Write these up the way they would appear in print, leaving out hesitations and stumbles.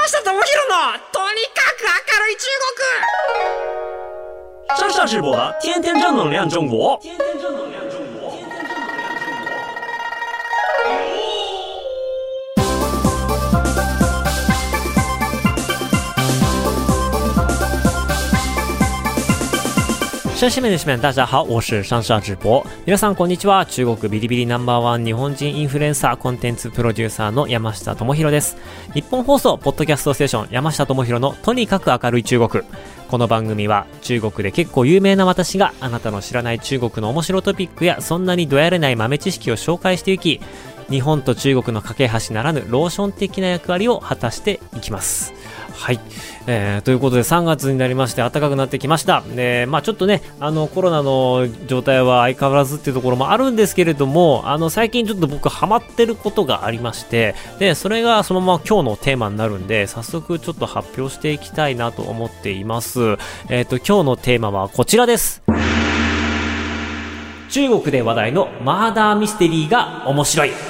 下智博のとにかく明るい中国。 上下直播的天天正能量中国。山西面的大家好，我是上下直播。皆さんこんにちは。中国ビリビリナンバーワン日本人インフルエンサーコンテンツプロデューサーの山下智博です。日本放送ポッドキャストステーション山下智博のとにかく明るい中国。この番組は中国で結構有名な私があなたの知らない中国の面白トピックやそんなにどやれない豆知識を紹介していき、日本と中国の架け橋ならぬローション的な役割を果たしていきます。はい、ということで3月になりまして暖かくなってきました。ちょっとねコロナの状態は相変わらずっていうところもあるんですけれども、最近ちょっと僕ハマってることがありまして、でそれがそのまま今日のテーマになるんで早速ちょっと発表していきたいなと思っています。今日のテーマはこちらです。中国で話題のマーダーミステリーが面白い。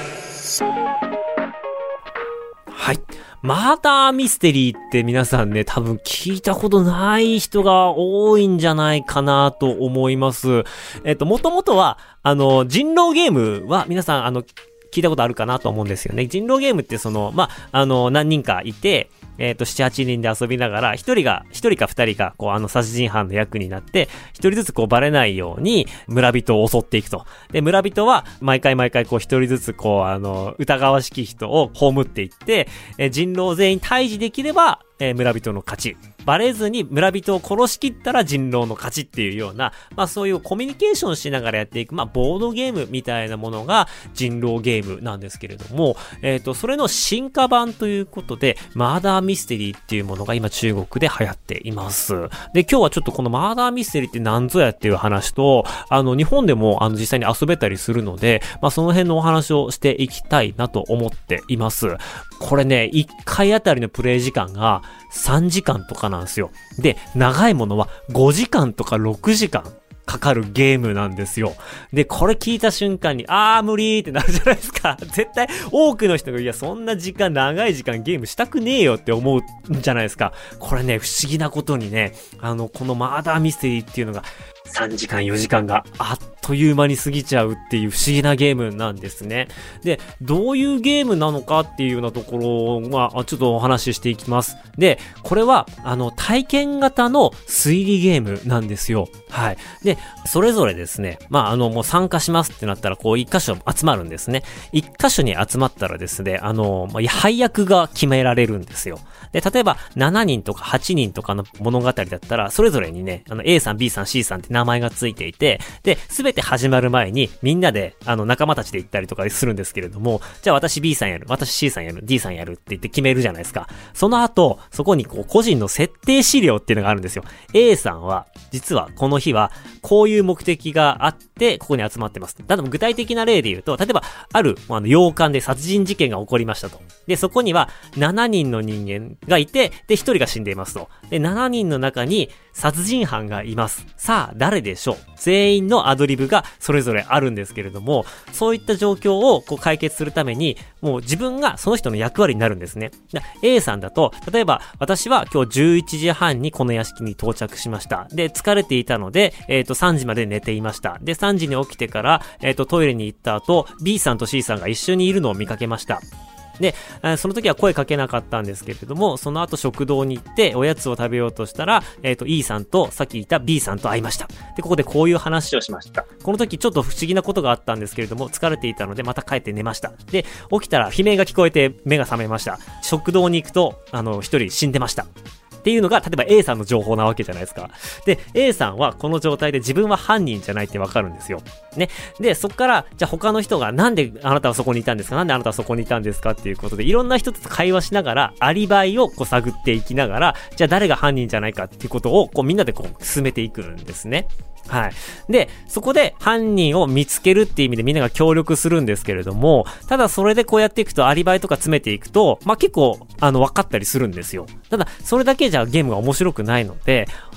はい、マーダーミステリーって皆さんね、多分聞いたことない人が多いんじゃないかなと思います。もともとは、人狼ゲームは皆さん、聞いたことあるかなと思うんですよね。人狼ゲームって何人かいて、7、8人で遊びながら、1人か2人が、殺人犯の役になって、1人ずつバレないように、村人を襲っていくと。で、村人は、毎回、1人ずつ、疑わしき人を葬っていって、人狼全員退治できれば、村人の勝ち。バレずに村人を殺しきったら人狼の勝ちっていうような、そういうコミュニケーションしながらやっていく、ボードゲームみたいなものが人狼ゲームなんですけれども、それの進化版ということで、マーダーミステリーっていうものが今中国で流行っています。で、今日はちょっとこのマーダーミステリーって何ぞやっていう話と、日本でも実際に遊べたりするので、その辺のお話をしていきたいなと思っています。これね、1回あたりのプレイ時間が3時間とかなんですよ。で、長いものは5時間とか6時間かかるゲームなんですよ。で、これ聞いた瞬間に、無理ってなるじゃないですか。絶対多くの人が、いや、そんな長い時間ゲームしたくねえよって思うんじゃないですか。これね、不思議なことにね、このマーダーミステリーっていうのが、3時間4時間があっという間に過ぎちゃうっていう不思議なゲームなんですね。で、どういうゲームなのかっていうようなところはちょっとお話ししていきます。で、これは体験型の推理ゲームなんですよ。はい。で、それぞれですね、もう参加しますってなったら一箇所集まるんですね。一箇所に集まったらですね、配役が決められるんですよ。で、例えば7人とか8人とかの物語だったら、それぞれにね、A さん、B さん、C さんって名前がついていて、で、すべて始まる前にみんなで、仲間たちで行ったりとかするんですけれども、じゃあ私 B さんやる、私 C さんやる、D さんやるって言って決めるじゃないですか。その後、そこに個人の設定資料っていうのがあるんですよ。A さんは、実はこの日は、こういう目的があって、ここに集まってます。ただ具体的な例で言うと、例えば、ある、洋館で殺人事件が起こりましたと。で、そこには、7人の人間がいて、で、1人が死んでいますと。で、7人の中に、殺人犯がいます。さあ、誰でしょう？全員のアドリブがそれぞれあるんですけれども、そういった状況を解決するために、もう自分がその人の役割になるんですね。A さんだと、例えば、私は今日11時半にこの屋敷に到着しました。で、疲れていたので、3時まで寝ていました。で、3時に起きてから、トイレに行った後、B さんと C さんが一緒にいるのを見かけました。で、その時は声かけなかったんですけれども、その後食堂に行っておやつを食べようとしたら、E さんとさっき言った B さんと会いました。で、ここでこういう話をしました。この時ちょっと不思議なことがあったんですけれども、疲れていたのでまた帰って寝ました。で、起きたら悲鳴が聞こえて目が覚めました。食堂に行くと、一人死んでました。っていうのが、例えば A さんの情報なわけじゃないですか。で、A さんはこの状態で自分は犯人じゃないってわかるんですよ。ね。で、そっから、じゃあ他の人がなんであなたはそこにいたんですか？なんであなたはそこにいたんですか？っていうことで、いろんな人と会話しながら、アリバイを探っていきながら、じゃあ誰が犯人じゃないかっていうことをみんなで進めていくんですね。はい。で、そこで犯人を見つけるっていう意味でみんなが協力するんですけれども、ただそれでやっていくとアリバイとか詰めていくと、結構、分かったりするんですよ。ただ、それだけじゃゲームが面白くないので、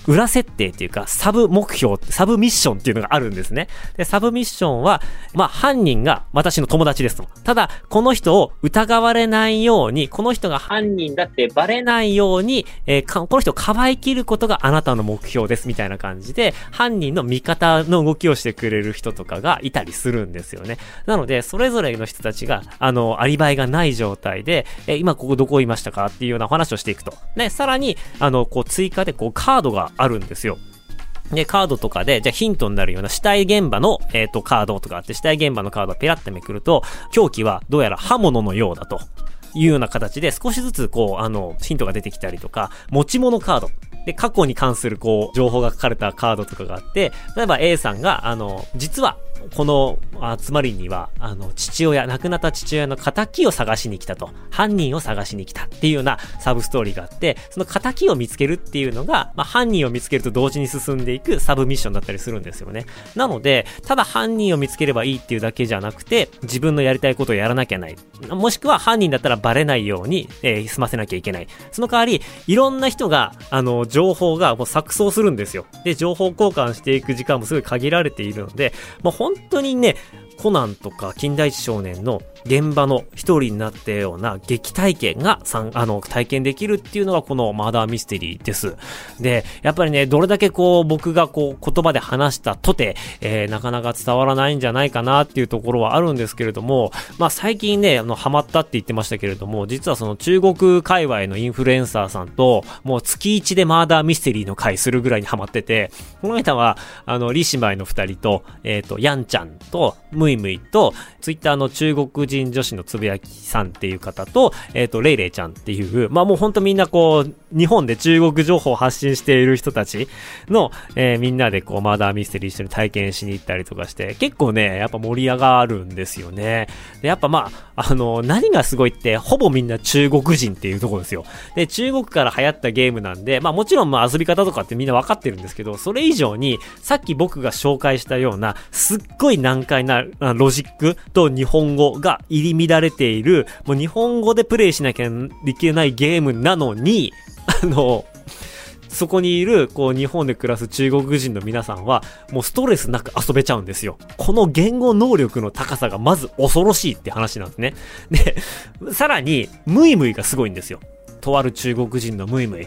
裏設定っていうか、サブ目標、サブミッションっていうのがあるんですね。で、サブミッションは、まあ、犯人が私の友達ですと。ただ、この人を疑われないように、この人が犯人だってバレないように、この人をかばいきることがあなたの目標ですみたいな感じで、犯人の味方の動きをしてくれる人とかがいたりするんですよね。なので、それぞれの人たちが、アリバイがない状態で、今ここどこいましたかっていうようなお話をしていくと。で、さらに、こう追加でこうカードがあるんですよ。で、カードとかで、じゃあヒントになるような死体現場の、カードとかあって、死体現場のカードをペラッとめくると、凶器はどうやら刃物のようだというような形で、少しずつこう、ヒントが出てきたりとか、持ち物カード。で、過去に関するこう、情報が書かれたカードとかがあって、例えば A さんが、実は、この集まりには、亡くなった父親の仇を探しに来たと。犯人を探しに来たっていうようなサブストーリーがあって、その仇を見つけるっていうのが、まあ、犯人を見つけると同時に進んでいくサブミッションだったりするんですよね。なので、ただ犯人を見つければいいっていうだけじゃなくて、自分のやりたいことをやらなきゃない。もしくは犯人だったらバレないように、済ませなきゃいけない。その代わり、いろんな人が、情報がもう錯綜するんですよ。で、情報交換していく時間もすごい限られているので、もう本当にね、コナンとか金田一少年の現場の一人になったような劇体験が体験できるっていうのがこのマーダーミステリーです。で、やっぱりね、どれだけこう僕がこう言葉で話したとて、なかなか伝わらないんじゃないかなっていうところはあるんですけれども、まあ最近ね、ハマったって言ってましたけれども、実はその中国界隈のインフルエンサーさんと、もう月1でマーダーミステリーの回するぐらいにハマってて、この間は、リ姉妹の二人と、ヤンちゃんと、ムイムイと、ツイッターの中国人女子のつぶやきさんっていう方と、レイレイちゃんっていう、まあもうほんとみんなこう、日本で中国情報を発信している人たちの、みんなでこう、マーダーミステリー一緒に体験しに行ったりとかして、結構ね、やっぱ盛り上がるんですよね。で、やっぱまあ、何がすごいって、ほぼみんな中国人っていうところですよ。で、中国から流行ったゲームなんで、まあもちろんまあ遊び方とかってみんなわかってるんですけど、それ以上に、さっき僕が紹介したような、すっごい難解なロジックと日本語が入り乱れている、もう日本語でプレイしなきゃいけないゲームなのに、そこにいる、こう、日本で暮らす中国人の皆さんは、もうストレスなく遊べちゃうんですよ。この言語能力の高さがまず恐ろしいって話なんですね。で、さらに、ムイムイがすごいんですよ。とある中国人のムイムイ。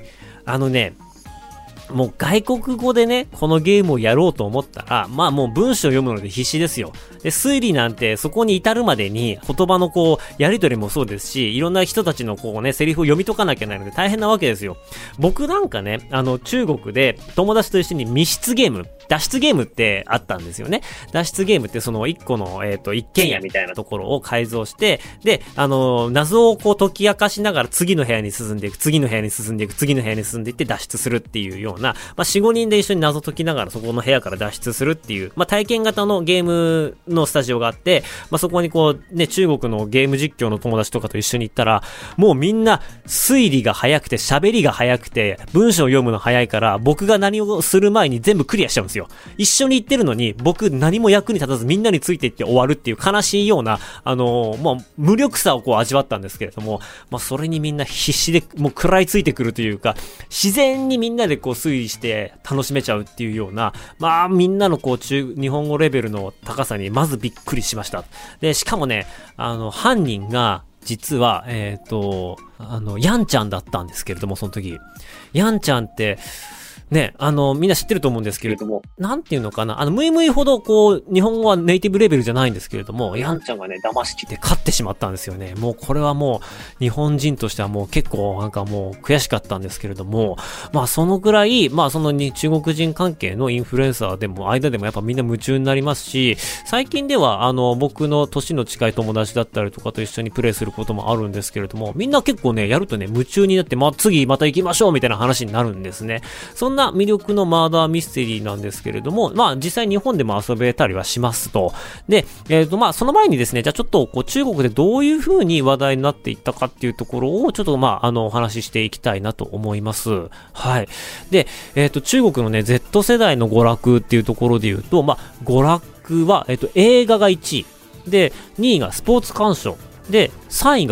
もう外国語でね、このゲームをやろうと思ったら、まあもう文章を読むので必死ですよ。で、推理なんてそこに至るまでに言葉のこう、やりとりもそうですし、いろんな人たちのこうね、セリフを読み解かなきゃいけないので大変なわけですよ。僕なんかね、中国で友達と一緒に密室ゲーム、脱出ゲームってあったんですよね。脱出ゲームってその一個の、一軒家みたいなところを改造して、で、謎をこう解き明かしながら次の部屋に進んでいく、次の部屋に進んでいく、次の部屋に進んでいって脱出するっていうような、まあ、4、5人で一緒に謎解きながらそこの部屋から脱出するっていう、まあ、体験型のゲームのスタジオがあって、まあ、そこにこう、ね、中国のゲーム実況の友達とかと一緒に行ったら、もうみんな推理が早くて喋りが早くて、文章を読むの早いから、僕が何をする前に全部クリアしちゃうんですよ。一緒に行ってるのに、僕何も役に立たずみんなについていって終わるっていう悲しいような、まあ、無力さをこう味わったんですけれども、まあ、それにみんな必死でもう食らいついてくるというか、自然にみんなでこう推理して楽しめちゃうっていうような、まあみんなのこう日本語レベルの高さにまずびっくりしました。で、しかもね、犯人が実は、ヤンちゃんだったんですけれども、その時。ヤンちゃんって、ね、みんな知ってると思うんですけれども、なんていうのかな、ムイムイほどこう、日本語はネイティブレベルじゃないんですけれども、ヤンちゃんがね、騙しきって勝ってしまったんですよね。もうこれはもう、日本人としてはもう結構なんかもう悔しかったんですけれども、まあそのぐらい、まあその中国人関係のインフルエンサーでも、間でもやっぱみんな夢中になりますし、最近では僕の年の近い友達だったりとかと一緒にプレイすることもあるんですけれども、みんな結構ね、やるとね、夢中になって、まあ次また行きましょうみたいな話になるんですね。そんな魅力のマーダーミステリーなんですけれども、まあ実際日本でも遊べたりはしますと。で、まあその前にですね、じゃあちょっとこう中国でどういう風に話題になっていったかっていうところをちょっとまあお話ししていきたいなと思います。はい。で、中国のね Z 世代の娯楽っていうところで言うと、まあ娯楽は映画が1位で2位がスポーツ鑑賞で3位が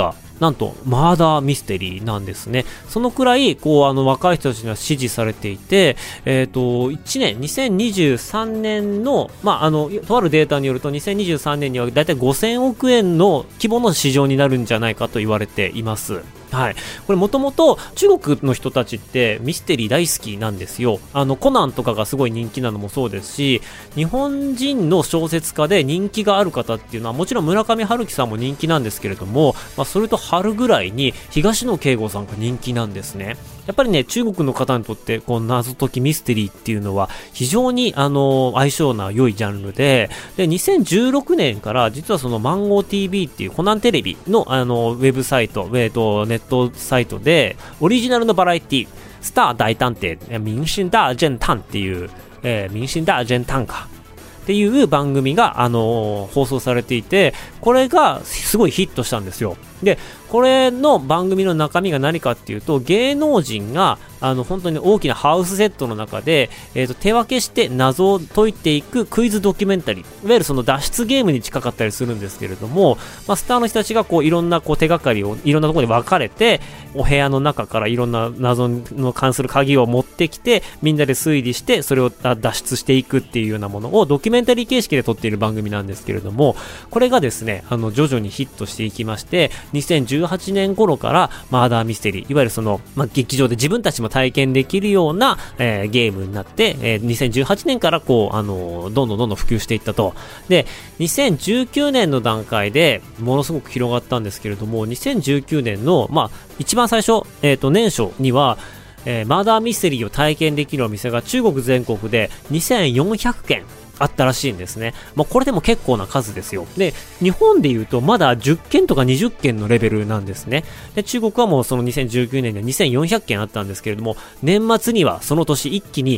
なんとマーダーミステリーなんですね。そのくらいこう若い人たちには支持されていて、1年2023年のとあるデータによると2023年にはだいたい5000億円の規模の市場になるんじゃないかと言われています。はい。これもともと中国の人たちってミステリー大好きなんですよ。コナンとかがすごい人気なのもそうですし、日本人の小説家で人気がある方っていうのはもちろん村上春樹さんも人気なんですけれども、それと春ぐらいに東野圭吾さんが人気なんですね。やっぱりね、中国の方にとってこう謎解きミステリーっていうのは非常に相性の良いジャンルで、2016年から実はそのマンゴー TV っていうコナンテレビのウェブサイト、ネットサイトでオリジナルのバラエティスター大探偵明星大侦探っていう、明星大偵探かっていう番組が放送されていて、これがすごいヒットしたんですよ。で、これの番組の中身が何かっていうと、芸能人が本当に大きなハウスセットの中で、手分けして謎を解いていくクイズドキュメンタリー、いわゆるその脱出ゲームに近かったりするんですけれども、スターの人たちがこういろんなこう手がかりをいろんなところで分かれて、お部屋の中からいろんな謎の関する鍵を持ってきて、みんなで推理してそれを脱出していくっていうようなものをドキュメンタリー形式で撮っている番組なんですけれども、これがですね、徐々にヒットしていきまして、2018年頃からマーダーミステリー、いわゆるその、劇場で自分たちも体験できるような、ゲームになって、2018年からこうどんどん普及していったと。で、2019年の段階でものすごく広がったんですけれども、2019年の一番最初、年初にはマーダーミステリーを体験できるお店が中国全国で2400件あったらしいんですね。これでも結構な数ですよ。で、日本で言うとまだ10件とか20件のレベルなんですね。で、中国はもうその2019年には2400件あったんですけれども、年末にはその年一気に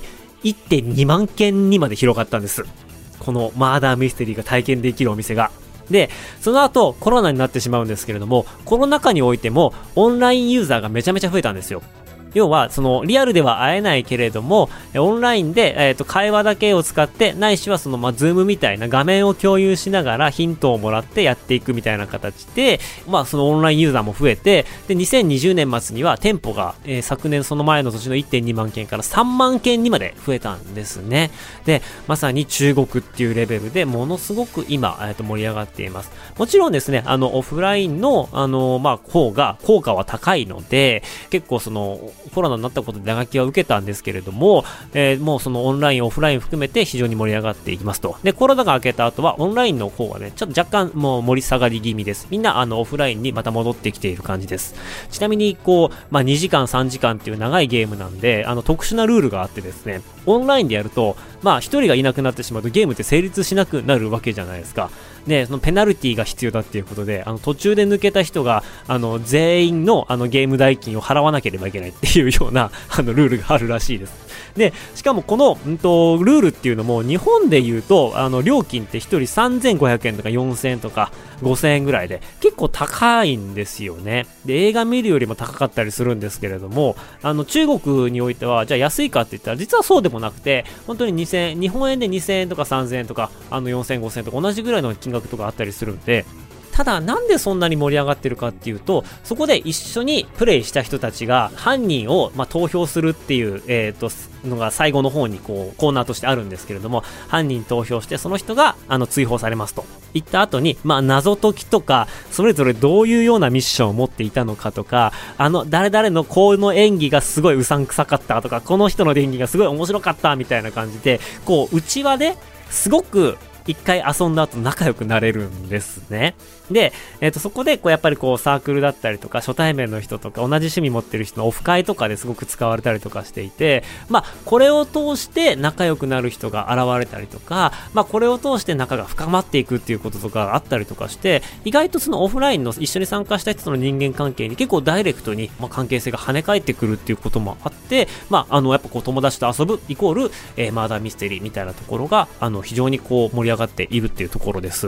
1.2 万件にまで広がったんです。このマーダーミステリーが体験できるお店が。で、その後コロナになってしまうんですけれども、コロナ禍においてもオンラインユーザーがめちゃめちゃ増えたんですよ。要はそのリアルでは会えないけれどもオンラインで、会話だけを使ってないしはそのズームみたいな画面を共有しながらヒントをもらってやっていくみたいな形でそのオンラインユーザーも増えて、で2020年末には店舗が、昨年その前の年の 1.2 万件から3万件にまで増えたんですね。でまさに中国っていうレベルでものすごく今、盛り上がっています。もちろんですねオフラインの方が効果は高いので結構そのコロナになったことで打撃は受けたんですけれども、もうそのオンラインオフライン含めて非常に盛り上がっていきますと。でコロナが明けた後はオンラインの方はねちょっと若干もう盛り下がり気味です。みんなオフラインにまた戻ってきている感じです。ちなみにこう、2時間3時間っていう長いゲームなんで特殊なルールがあってですね、オンラインでやると一人がいなくなってしまうとゲームって成立しなくなるわけじゃないですか。でそのペナルティが必要だっていうことで途中で抜けた人が全員のゲーム代金を払わなければいけないっていうようなルールがあるらしいです。でしかもこの、ルールっていうのも日本で言うと料金って1人3500円とか4000円とか5000円ぐらいで結構高いんですよね。で映画見るよりも高かったりするんですけれども中国においてはじゃあ安いかって言ったら実はそうでもなくて、本当に2000円日本円で2000円とか3000円とか4000円5000円とか同じぐらいの金額とかあったりするんで、ただなんでそんなに盛り上がってるかっていうと、そこで一緒にプレイした人たちが犯人を投票するっていうのが最後の方にこうコーナーとしてあるんですけれども、犯人投票してその人が追放されますと言った後に謎解きとかそれぞれどういうようなミッションを持っていたのかとか、誰々のこの演技がすごいうさんくさかったとか、この人の演技がすごい面白かったみたいな感じでこう内輪ですごく一回遊んだ後仲良くなれるんですね。で、そこでやっぱりサークルだったりとか初対面の人とか同じ趣味持ってる人のオフ会とかですごく使われたりとかしていて、これを通して仲良くなる人が現れたりとか、これを通して仲が深まっていくっていうこととかあったりとかして、意外とそのオフラインの一緒に参加した人との人間関係に結構ダイレクトに関係性が跳ね返ってくるっていうこともあって、やっぱ友達と遊ぶイコール、マーダーミステリーみたいなところが非常に盛り上がっているっていうところです。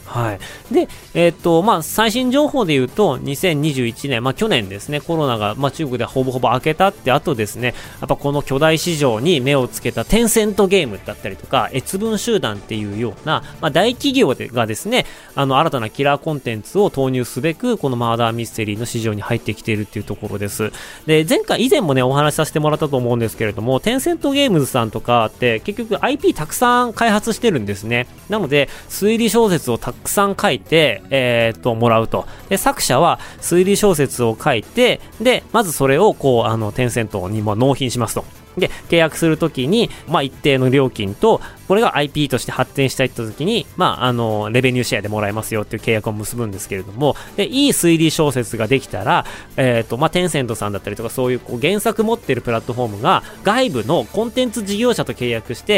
はい。で、最新情報で言うと、2021年、去年ですね、コロナが、中国ではほぼほぼ明けたって後ですね、やっぱこの巨大市場に目をつけたテンセントゲームだったりとか、越分集団っていうような、大企業がですね、新たなキラーコンテンツを投入すべく、このマーダーミステリーの市場に入ってきているっていうところです。で、以前もね、お話しさせてもらったと思うんですけれども、テンセントゲームズさんとかって、結局 IP たくさん開発してるんですね。なので、推理小説をたくさん書いて、もらうと。で、作者は推理小説を書いて、で、まずそれをテンセントにも納品しますと。で、契約するときに、一定の料金と、これが IP として発展したいってときに、レベニューシェアでもらえますよっていう契約を結ぶんですけれども、で、いい推理小説ができたら、テンセントさんだったりとか、そういう原作持ってるプラットフォームが、外部のコンテンツ事業者と契約して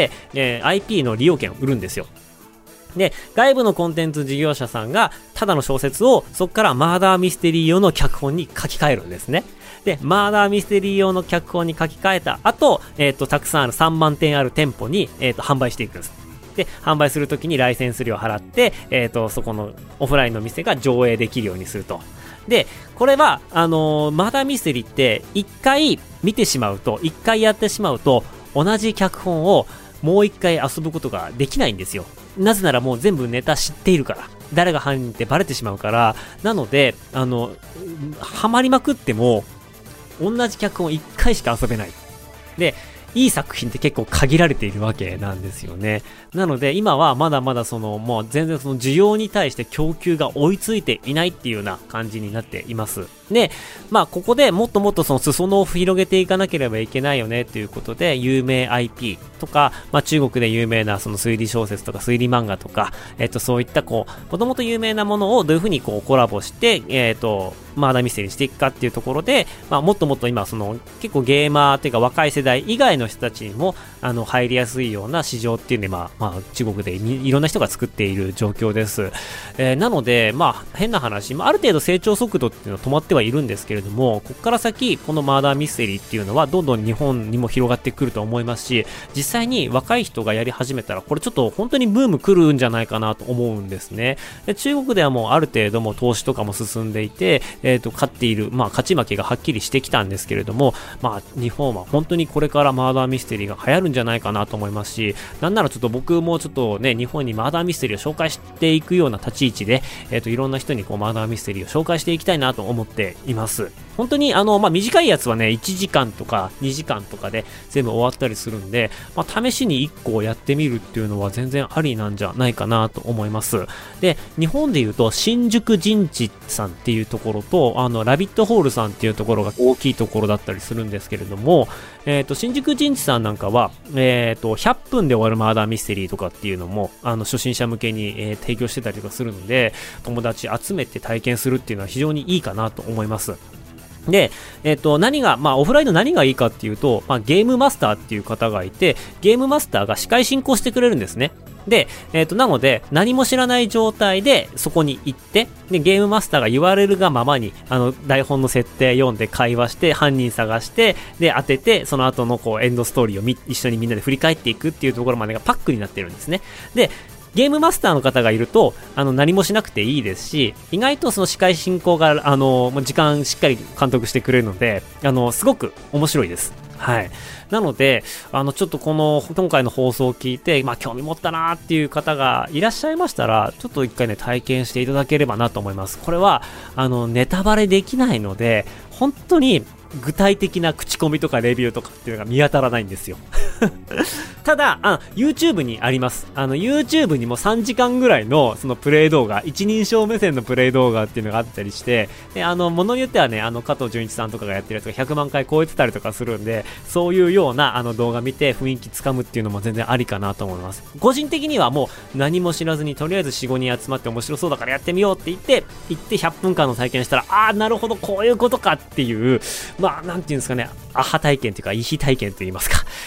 、IP の利用権を売るんですよ。で、外部のコンテンツ事業者さんが、ただの小説を、そこからマーダーミステリー用の脚本に書き換えるんですね。で、マーダーミステリー用の脚本に書き換えた後、たくさんある3万点ある店舗に、販売していくんです。で、販売するときにライセンス料払って、そこのオフラインの店が上映できるようにすると。で、これは、マーダーミステリーって、一回見てしまうと、一回やってしまうと、同じ脚本をもう一回遊ぶことができないんですよ。なぜならもう全部ネタ知っているから。誰が犯人ってバレてしまうから。なので、ハマりまくっても、同じ脚本を1回しか遊べない。で、いい作品って結構限られているわけなんですよね。なので今はまだまだもう全然その需要に対して供給が追いついていないっていうような感じになっています。で、ここでもっともっとその裾野を広げていかなければいけないよねっていうことで、有名 IP とか、中国で有名なその推理小説とか推理漫画とか、そういったもともと有名なものをどういうふうにコラボして、マーダーミステリーにしていくかっていうところで、もっともっと今結構ゲーマーっていうか若い世代以外の人たちにも入りやすいような市場っていうので、中国でいろんな人が作っている状況です。なので、変な話、ある程度成長速度っていうのは止まってはいるんですけれども、ここから先このマーダーミステリーっていうのはどんどん日本にも広がってくると思いますし、実際に若い人がやり始めたらこれちょっと本当にブーム来るんじゃないかなと思うんですね。で、中国ではもうある程度も投資とかも進んでいて、勝っている、勝ち負けがはっきりしてきたんですけれども、日本は本当にこれからマーダーミステリーが流行るんじゃないかなと思いますし、なんならちょっと僕もちょっとね、日本にマーダーミステリーを紹介していくような立ち位置で、いろんな人にマーダーミステリーを紹介していきたいなと思っています。本当に短いやつはね、1時間とか2時間とかで全部終わったりするんで、試しに1個やってみるっていうのは全然ありなんじゃないかなと思います。で、日本で言うと新宿陣地さんっていうところと、ラビットホールさんっていうところが大きいところだったりするんですけれども、新宿陣地さんなんかは、100分で終わるマーダーミステリーとかっていうのも、初心者向けに、提供してたりとかするので、友達集めて体験するっていうのは非常にいいかなと思います。で、何が、オフラインの何がいいかっていうと、ゲームマスターっていう方がいて、ゲームマスターが司会進行してくれるんですね。で、なので、何も知らない状態でそこに行って、で、ゲームマスターが言われるがままに、台本の設定読んで会話して、犯人探して、で、当てて、その後のエンドストーリーを一緒にみんなで振り返っていくっていうところまでがパックになってるんですね。で、ゲームマスターの方がいると、何もしなくていいですし、意外とその司会進行が、時間しっかり監督してくれるので、すごく面白いです。はい。なので、ちょっと今回の放送を聞いて、興味持ったなーっていう方がいらっしゃいましたら、ちょっと一回ね、体験していただければなと思います。これは、ネタバレできないので、本当に具体的な口コミとかレビューとかっていうのが見当たらないんですよ。ただ、YouTube にあります。YouTube にも3時間ぐらいのそのプレイ動画、一人称目線のプレイ動画っていうのがあったりして、で、ものによってはね、加藤純一さんとかがやってるやつが100万回超えてたりとかするんで、そういうような動画見て雰囲気つかむっていうのも全然ありかなと思います。個人的にはもう何も知らずにとりあえず 4,5 人集まって面白そうだからやってみようって言って100分間の体験したら、なるほど、こういうことかっていう、なんていうんですかね、アハ体験というか、イヒ体験といいますか、そういったも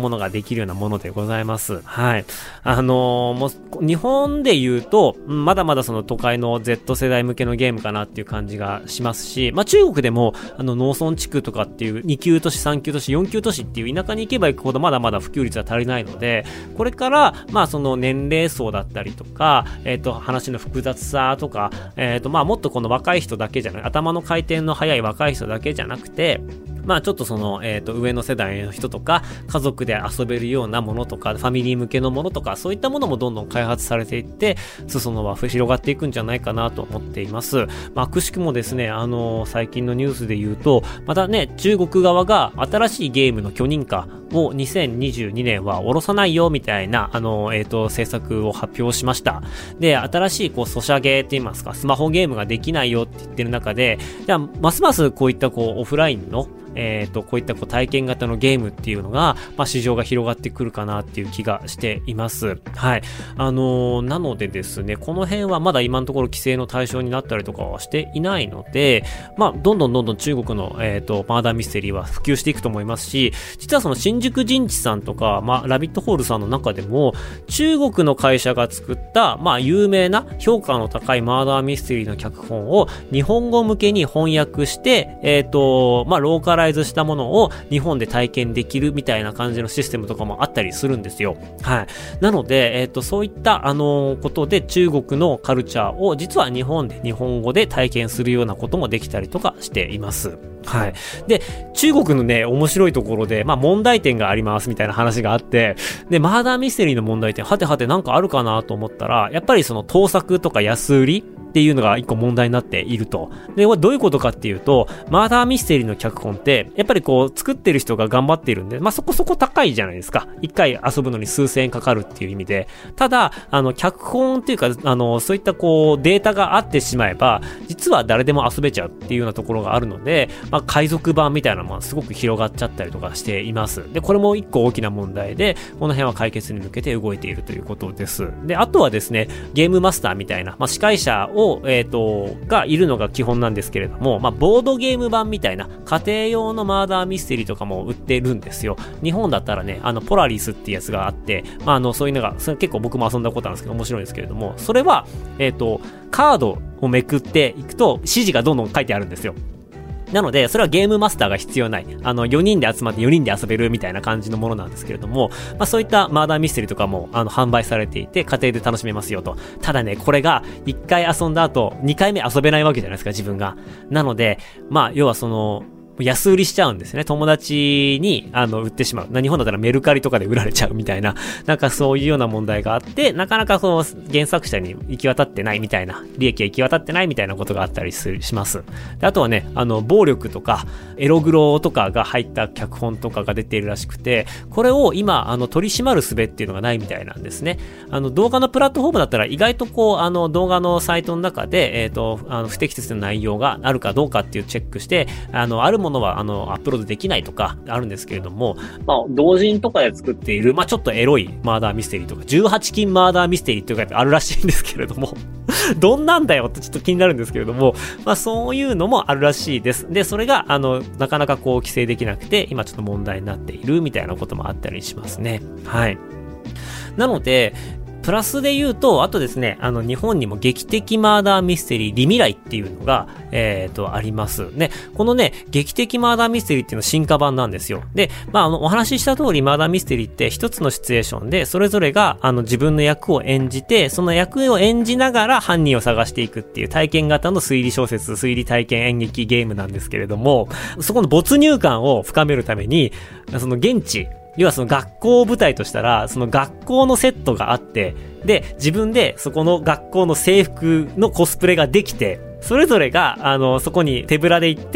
ものができるようなものでございます。はい。もう、日本で言うと、まだまだその都会の Z 世代向けのゲームかなっていう感じがしますし、まあ中国でも、農村地区とかっていう2級都市、3級都市、4級都市っていう田舎に行けば行くほどまだまだ普及率は足りないので、これから、まあその年齢層だったりとか、話の複雑さとか、まあもっとこの若い人だけじゃない、頭の回転の速い若い人だけじゃなくて、まあちょっとその、上の世代の人とか、家族で遊べるようなものとか、ファミリー向けのものとか、そういったものもどんどん開発されていって、裾野は広がっていくんじゃないかなと思っています。まあくしくもですね、最近のニュースで言うと、またね、中国側が新しいゲームの許認可を2022年は下ろさないよみたいな、政策を発表しました。で、新しいこう、ソシャゲって言いますか、スマホゲームができないよって言ってる中で、じゃあ、ますますこういったこう、オフラインのこういったこう体験型のゲームっていうのが、まあ、市場が広がってくるかなっていう気がしています。はい。なのでですね、この辺はまだ今のところ規制の対象になったりとかはしていないので、まあ、どんどん中国の、マーダーミステリーは普及していくと思いますし、実はその新宿陣地さんとか、まあ、ラビットホールさんの中でも、中国の会社が作った、まあ、有名な評価の高いマーダーミステリーの脚本を日本語向けに翻訳して、まあ、ローカライズしたものを日本で体験できるみたいな感じのシステムとかもあったりするんですよ。はい。なので、そういった、ことで中国のカルチャーを実は日本で日本語で体験するようなこともできたりとかしています。はい。で、中国のね、面白いところで、まあ問題点がありますみたいな話があって、で、マーダーミステリーの問題点、はてはてなんかあるかなと思ったら、やっぱりその盗作とか安売りっていうのが一個問題になっていると。で、これどういうことかっていうと、マーダーミステリーの脚本って、やっぱりこう、作ってる人が頑張っているんで、まあそこそこ高いじゃないですか。一回遊ぶのに数千円かかるっていう意味で。ただ、脚本っていうか、そういったこう、データがあってしまえば、実は誰でも遊べちゃうっていうようなところがあるので、まあ海賊版みたいなのもすごく広がっちゃったりとかしています。で、これも一個大きな問題で、この辺は解決に向けて動いているということです。で、あとはですね、ゲームマスターみたいな、まあ司会者を、がいるのが基本なんですけれども、まあ、ボードゲーム版みたいな家庭用のマーダーミステリーとかも売ってるんですよ。日本だったらね、ポラリスっていうやつがあって、まあ、そういうのが、それ結構僕も遊んだことあるんですけど、面白いんですけれども、それは、カードをめくっていくと、指示がどんどん書いてあるんですよ。なので、それはゲームマスターが必要ない。4人で集まって4人で遊べるみたいな感じのものなんですけれども、まあそういったマーダーミステリーとかも、販売されていて、家庭で楽しめますよと。ただね、これが、1回遊んだ後、2回目遊べないわけじゃないですか、自分が。なので、まあ、要はその、安売りしちゃうんですね。友達に、売ってしまう。日本だったらメルカリとかで売られちゃうみたいな、なんかそういうような問題があって、なかなかこう、原作者に行き渡ってないみたいな、利益が行き渡ってないみたいなことがあったりします。で、あとはね、暴力とか、エログロとかが入った脚本とかが出ているらしくて、これを今、取り締まる術っていうのがないみたいなんですね。動画のプラットフォームだったら意外とこう、動画のサイトの中で、不適切な内容があるかどうかっていうチェックして、あるものはアップロードできないとかあるんですけれども、まあ同人とかで作っているまあちょっとエロいマーダーミステリーとか18禁マーダーミステリーというかあるらしいんですけれどもどんなんだよってちょっと気になるんですけれども、まあそういうのもあるらしいです。で、それがなかなかこう規制できなくて今ちょっと問題になっているみたいなこともあったりしますね。はい。なのでプラスで言うと、あとですね、日本にも劇的マーダーミステリー、リミライっていうのが、あります。ね、このね、劇的マーダーミステリーっていうのは進化版なんですよ。で、まあ、お話しした通り、マーダーミステリーって一つのシチュエーションで、それぞれが、自分の役を演じて、その役を演じながら犯人を探していくっていう体験型の推理小説、推理体験演劇ゲームなんですけれども、そこの没入感を深めるために、その現地、要はその学校を舞台としたら、その学校のセットがあって、で、自分でそこの学校の制服のコスプレができて、それぞれが、そこに手ぶらで行って、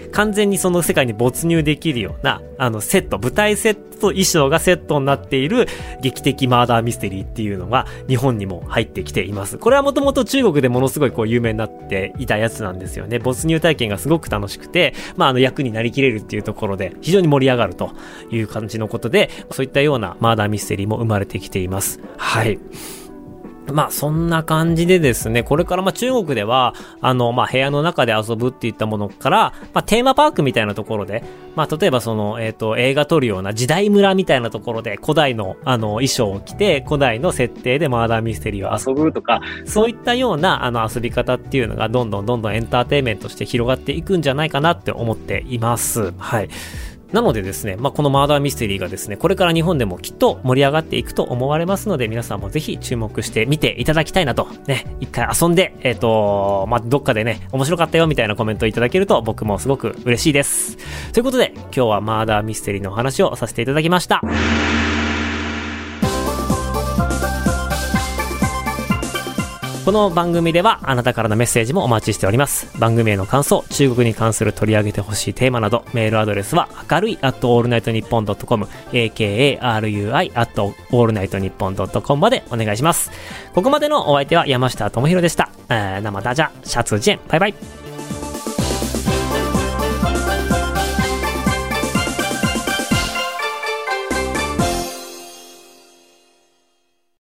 完全にその世界に没入できるような、セット、舞台セットと衣装がセットになっている劇的マーダーミステリーっていうのが日本にも入ってきています。これはもともと中国でものすごいこう有名になっていたやつなんですよね。没入体験がすごく楽しくて、まあ役になりきれるっていうところで非常に盛り上がるという感じのことで、そういったようなマーダーミステリーも生まれてきています。はい。 まあそんな感じでですね、これから中国では、部屋の中で遊ぶっていったものから、テーマパークみたいなところで、例えば映画撮るような時代村みたいなところで古代の衣装を着て、古代の設定でマーダーミステリーを遊ぶとか、そういったような遊び方っていうのがどんどんエンターテインメントとして広がっていくんじゃないかなって思っています。はい。なのでですね、このマーダーミステリーがですね、これから日本でもきっと盛り上がっていくと思われますので、皆さんもぜひ注目して見ていただきたいなと、ね、一回遊んで、どっかでね、面白かったよみたいなコメントいただけると僕もすごく嬉しいです。ということで、今日はマーダーミステリーのお話をさせていただきました。この番組ではあなたからのメッセージもお待ちしております。番組への感想、中国に関する取り上げてほしいテーマなど、メールアドレスは明るい@allnightnippon.com、akarui@allnightnippon.com までお願いします。ここまでのお相手は山下智博でした。那么大家下次见。バイバイ。